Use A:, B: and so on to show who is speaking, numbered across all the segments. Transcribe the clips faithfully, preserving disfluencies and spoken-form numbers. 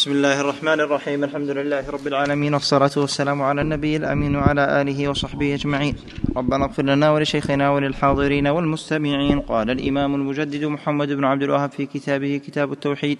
A: بسم الله الرحمن الرحيم. الحمد لله رب العالمين، والصلاة والسلام على النبي الأمين وعلى آله وصحبه أجمعين. ربنا اغفر لنا ولشيخنا وللحاضرين والمستمعين. قال الإمام المجدد محمد بن عبد الوهاب في كتابه كتاب التوحيد: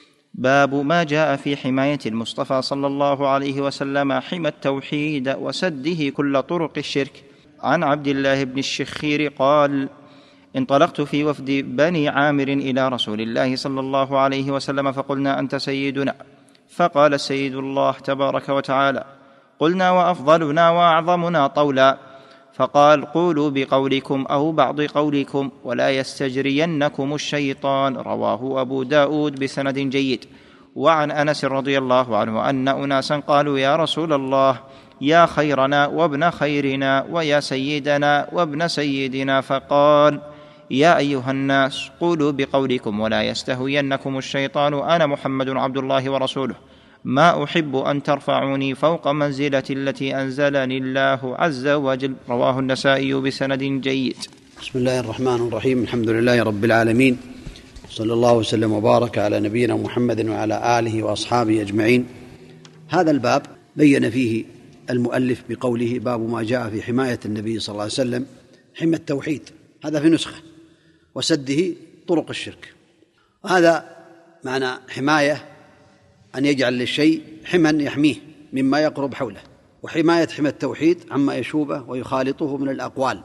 A: باب ما جاء في حماية المصطفى صلى الله عليه وسلم حمى التوحيد وسده كل طرق الشرك. عن عبد الله بن الشخير قال: انطلقت في وفد بني عامر إلى رسول الله صلى الله عليه وسلم فقلنا: أنت سيدنا. فقال: السيد الله تبارك وتعالى. قلنا: وأفضلنا وأعظمنا طولا. فقال: قولوا بقولكم أو بعض قولكم ولا يستجرينكم الشيطان. رواه أبو داود بسند جيد. وعن أنس رضي الله عنه أن أناسا قالوا: يا رسول الله، يا خيرنا وابن خيرنا ويا سيدنا وابن سيدنا. فقال: يا أيها الناس، قولوا بقولكم ولا يستهوينكم الشيطان. أنا محمد عبد الله ورسوله، ما أحب أن ترفعوني فوق منزلة التي أنزلني الله عز وجل. رواه النسائي بسند جيد.
B: بسم الله الرحمن الرحيم. الحمد لله رب العالمين، صلى الله وسلم وبارك على نبينا محمد وعلى آله وأصحابه أجمعين. هذا الباب بين فيه المؤلف بقوله: باب ما جاء في حماية النبي صلى الله عليه وسلم حمى التوحيد. هذا في نسخة: وسده طرق الشرك. هذا معنى حماية، أن يجعل للشيء حما يحميه مما يقرب حوله، وحماية حمى التوحيد عما يشوبه ويخالطه من الأقوال.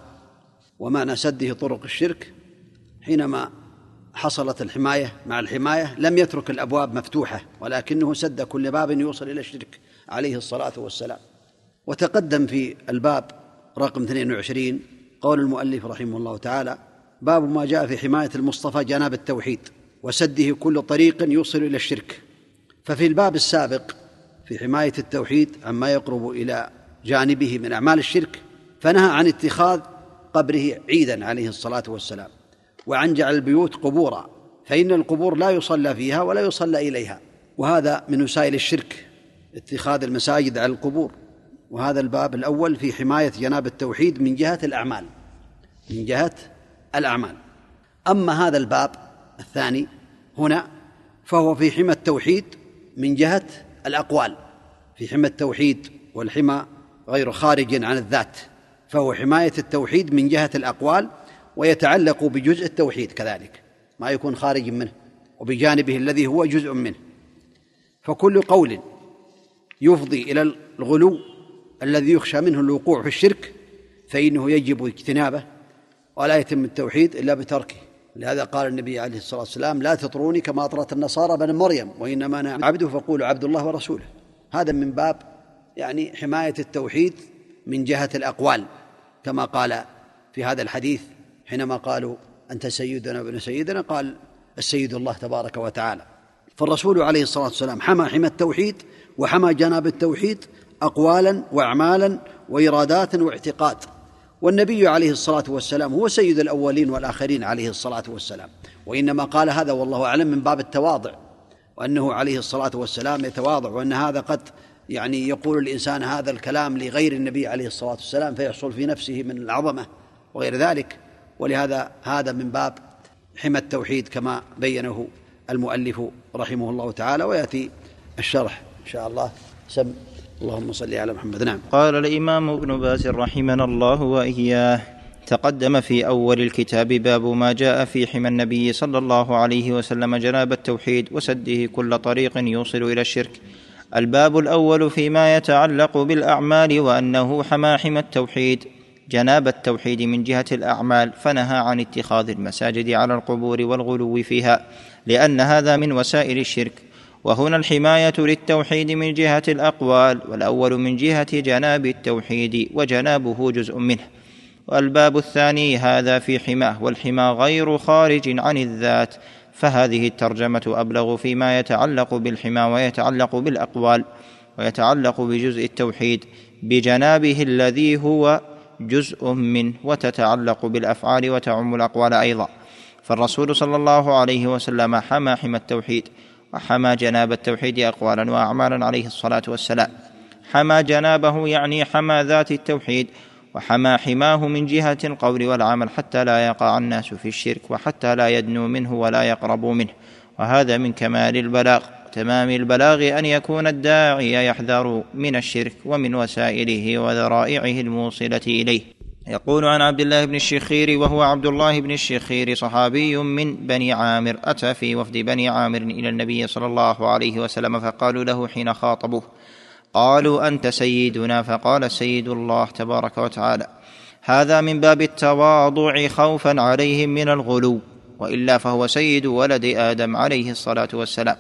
B: ومعنى سده طرق الشرك حينما حصلت الحماية مع الحماية لم يترك الأبواب مفتوحة، ولكنه سد كل باب يوصل إلى الشرك عليه الصلاة والسلام. وتقدم في الباب رقم اثنين وعشرين قول المؤلف رحمه الله تعالى: باب ما جاء في حماية المصطفى جناب التوحيد وسده كل طريق يوصل إلى الشرك. ففي الباب السابق في حماية التوحيد عما يقرب إلى جانبه من أعمال الشرك فنهى عن اتخاذ قبره عيدا عليه الصلاة والسلام، وعن جعل البيوت قبورا، فإن القبور لا يصلى فيها ولا يصلى إليها، وهذا من وسائل الشرك اتخاذ المساجد على القبور. وهذا الباب الأول في حماية جناب التوحيد من جهة الأعمال من جهة الأعمال. أما هذا الباب الثاني هنا فهو في حمى التوحيد من جهة الأقوال، في حمى التوحيد، والحمى غير خارج عن الذات، فهو حماية التوحيد من جهة الأقوال، ويتعلق بجزء التوحيد كذلك، ما يكون خارج منه، وبجانبه الذي هو جزء منه. فكل قول يفضي إلى الغلو الذي يخشى منه الوقوع في الشرك فإنه يجب اجتنابه، ولا يتم التوحيد إلا بتركه. لهذا قال النبي عليه الصلاة والسلام: لا تطروني كما أطرت النصارى بن مريم، وإنما أنا عبده فقولوا عبد الله ورسوله. هذا من باب يعني حماية التوحيد من جهة الأقوال، كما قال في هذا الحديث حينما قالوا: أنت سيدنا وابن سيدنا، قال: السيد الله تبارك وتعالى. فالرسول عليه الصلاة والسلام حمى حمى التوحيد وحمى جناب التوحيد أقوالا وأعمالا وإرادات واعتقاد. والنبي عليه الصلاة والسلام هو سيد الأولين والآخرين عليه الصلاة والسلام، وإنما قال هذا والله أعلم من باب التواضع، وأنه عليه الصلاة والسلام يتواضع، وأن هذا قد يعني يقول الإنسان هذا الكلام لغير النبي عليه الصلاة والسلام فيحصل في نفسه من العظمة وغير ذلك. ولهذا هذا من باب حمى التوحيد كما بينه المؤلف رحمه الله تعالى. ويأتي الشرح إن شاء الله. سم اللهم صل على محمد. نعم.
A: قال الإمام ابن باز رحمنا الله وإياه: تقدم في أول الكتاب باب ما جاء في حمى النبي صلى الله عليه وسلم جناب التوحيد وسده كل طريق يوصل إلى الشرك. الباب الأول فيما يتعلق بالأعمال، وأنه حمى حمى التوحيد جناب التوحيد من جهة الأعمال، فنهى عن اتخاذ المساجد على القبور والغلو فيها، لأن هذا من وسائل الشرك. وهنا الحماية للتوحيد من جهة الأقوال، والأول من جهة جناب التوحيد، وجنابه جزء منه. والباب الثاني هذا في حماه، والحمى غير خارج عن الذات، فهذه الترجمة أبلغ فيما يتعلق بالحمى ويتعلق بالأقوال، ويتعلق بجزء التوحيد بجنابه الذي هو جزء منه، وتتعلق بالأفعال وتعم الأقوال أيضا. فالرسول صلى الله عليه وسلم حمى حمى التوحيد وحمى جناب التوحيد أقوالا وأعمالا عليه الصلاة والسلام. حمى جنابه يعني حمى ذات التوحيد، وحمى حماه من جهة القول والعمل حتى لا يقع الناس في الشرك، وحتى لا يدنوا منه ولا يقربوا منه، وهذا من كمال البلاغ. تمام البلاغ أن يكون الداعي يحذر من الشرك ومن وسائله وذرائعه الموصلة إليه. يقول عن عبد الله بن الشخير وهو عبد الله بن الشخير صحابي من بني عامر، أتى في وفد بني عامر إلى النبي صلى الله عليه وسلم فقالوا له حين خاطبوه قالوا أنت سيدنا، فقال سيد الله تبارك وتعالى. هذا من باب التواضع خوفا عليهم من الغلو، وإلا فهو سيد ولد آدم عليه الصلاة والسلام،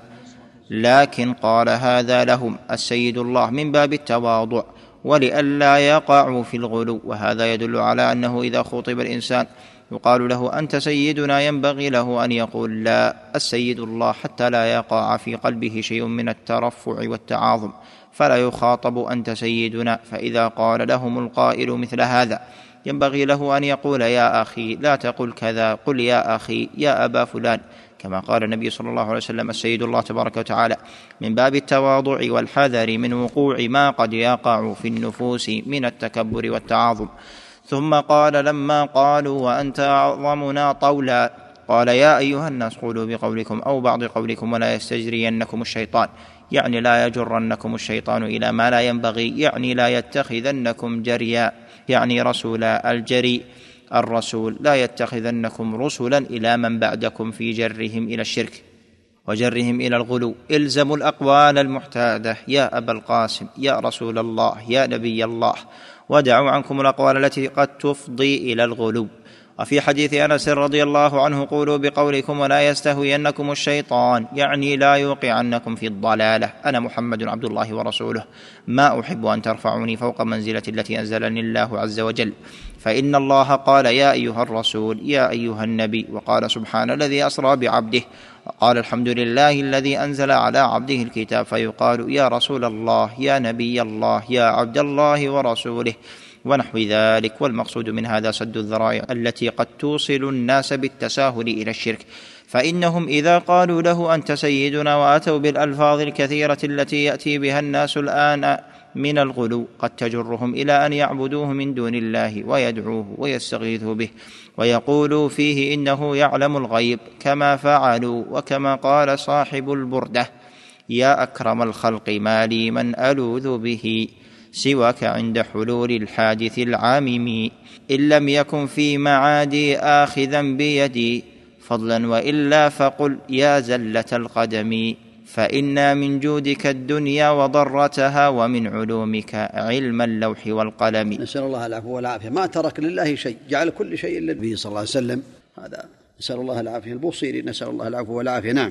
A: لكن قال هذا لهم السيد الله من باب التواضع ولئلا يقعوا في الغلو. وهذا يدل على أنه إذا خطب الإنسان يقال له أنت سيدنا ينبغي له أن يقول لا السيد الله، حتى لا يقع في قلبه شيء من الترفع والتعاظم، فلا يخاطب أنت سيدنا. فإذا قال لهم القائل مثل هذا ينبغي له أن يقول يا أخي، لا تقل كذا، قل يا أخي يا أبا فلان، كما قال النبي صلى الله عليه وسلم السيد الله تبارك وتعالى، من باب التواضع والحذر من وقوع ما قد يقع في النفوس من التكبر والتعاظم. ثم قال لما قالوا وأنت أعظمنا طولا قال يا أيها الناس قولوا بقولكم أو بعض قولكم ولا يستجرينكم الشيطان، يعني لا يجرنكم الشيطان إلى ما لا ينبغي، يعني لا يتخذنكم جريا، يعني رسولا الجري الرسول، لا يتخذنكم رسلا إلى من بعدكم في جرهم إلى الشرك وجرهم إلى الغلو. إلزموا الأقوال المحتادة يا أبا القاسم يا رسول الله يا نبي الله، ودعوا عنكم الأقوال التي قد تفضي إلى الغلو. وفي حديث أنس رضي الله عنه قولوا بقولكم ولا يستهوينكم الشيطان، يعني لا يوقعنكم في الضلالة، أنا محمد عبد الله ورسوله، ما أحب أن ترفعوني فوق منزلة التي أنزلني الله عز وجل، فإن الله قال يا أيها الرسول يا أيها النبي، وقال سبحان الذي أسرى بعبده، وقال الحمد لله الذي أنزل على عبده الكتاب، فيقال يا رسول الله يا نبي الله يا عبد الله ورسوله ونحو ذلك. والمقصود من هذا سد الذرائع التي قد توصل الناس بالتساهل إلى الشرك، فإنهم إذا قالوا له أنت سيدنا وأتوا بالألفاظ الكثيرة التي يأتي بها الناس الآن من الغلو قد تجرهم إلى أن يعبدوه من دون الله ويدعوه ويستغيثوا به ويقولوا فيه إنه يعلم الغيب، كما فعلوا، وكما قال صاحب البردة يا أكرم الخلق ما لي من ألوذ به سواك عند حلول الحادث العامم، إن لم يكن في معادي آخذا بيدي فضلا وإلا فقل يا زلة القدم، فإنا من جودك الدنيا وضرتها ومن علومك علم اللوح والقلم.
B: نسأل الله العفو والعافية. ما ترك لله شيء، جعل كل شيء للنبي صلى الله عليه وسلم، هذا نسأل الله العافية. البوصيري نسأل الله العفو والعافية. نعم.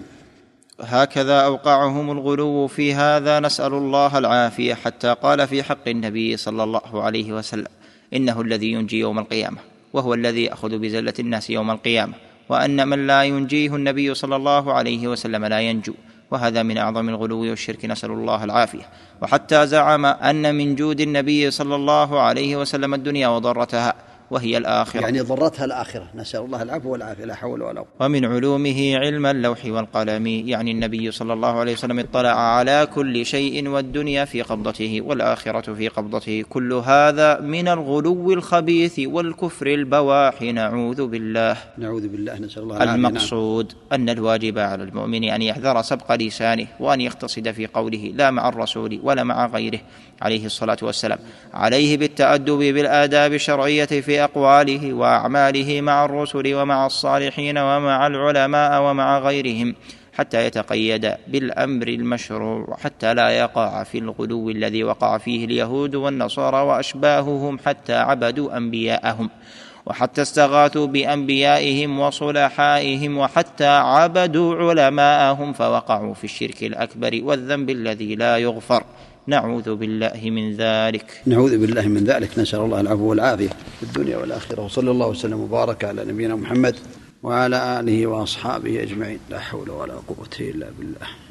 A: هكذا أوقعهم الغلو في هذا، نسأل الله العافية، حتى قال في حق النبي صلى الله عليه وسلم إنه الذي ينجي يوم القيامة، وهو الذي يأخذ بزلة الناس يوم القيامة، وأن من لا ينجيه النبي صلى الله عليه وسلم لا ينجو، وهذا من أعظم الغلو والشرك، نسأل الله العافية. وحتى زعم أن من جود النبي صلى الله عليه وسلم الدنيا وضرتها وهي الآخرة،
B: يعني ضرتها الآخرة، نسأل الله العفو والعافية، لا حول ولا قوة.
A: ومن علومه علم اللوح والقلم، يعني النبي صلى الله عليه وسلم اطلع على كل شيء، والدنيا في قبضته والآخرة في قبضته، كل هذا من الغلو الخبيث والكفر البواح، نعوذ بالله
B: نعوذ بالله نسأل الله العافية.
A: المقصود أن الواجب على المؤمن أن يحذر سبق لسانه، وأن يقتصد في قوله لا مع الرسول ولا مع غيره عليه الصلاة والسلام، عليه بالتأدب بالآداب الشرعية في أقواله وأعماله مع الرسل ومع الصالحين ومع العلماء ومع غيرهم، حتى يتقيد بالأمر المشروع، حتى لا يقع في الغلو الذي وقع فيه اليهود والنصارى وأشباههم، حتى عبدوا أنبياءهم، وحتى استغاثوا بأنبيائهم وصلحائهم، وحتى عبدوا علماءهم، فوقعوا في الشرك الأكبر والذنب الذي لا يغفر، نعوذ بالله من ذلك
B: نعوذ بالله من ذلك نسأل الله العفو والعافية في الدنيا والآخرة. وصلى الله وسلم وبارك على نبينا محمد وعلى آله وأصحابه أجمعين، لا حول ولا قوة إلا بالله.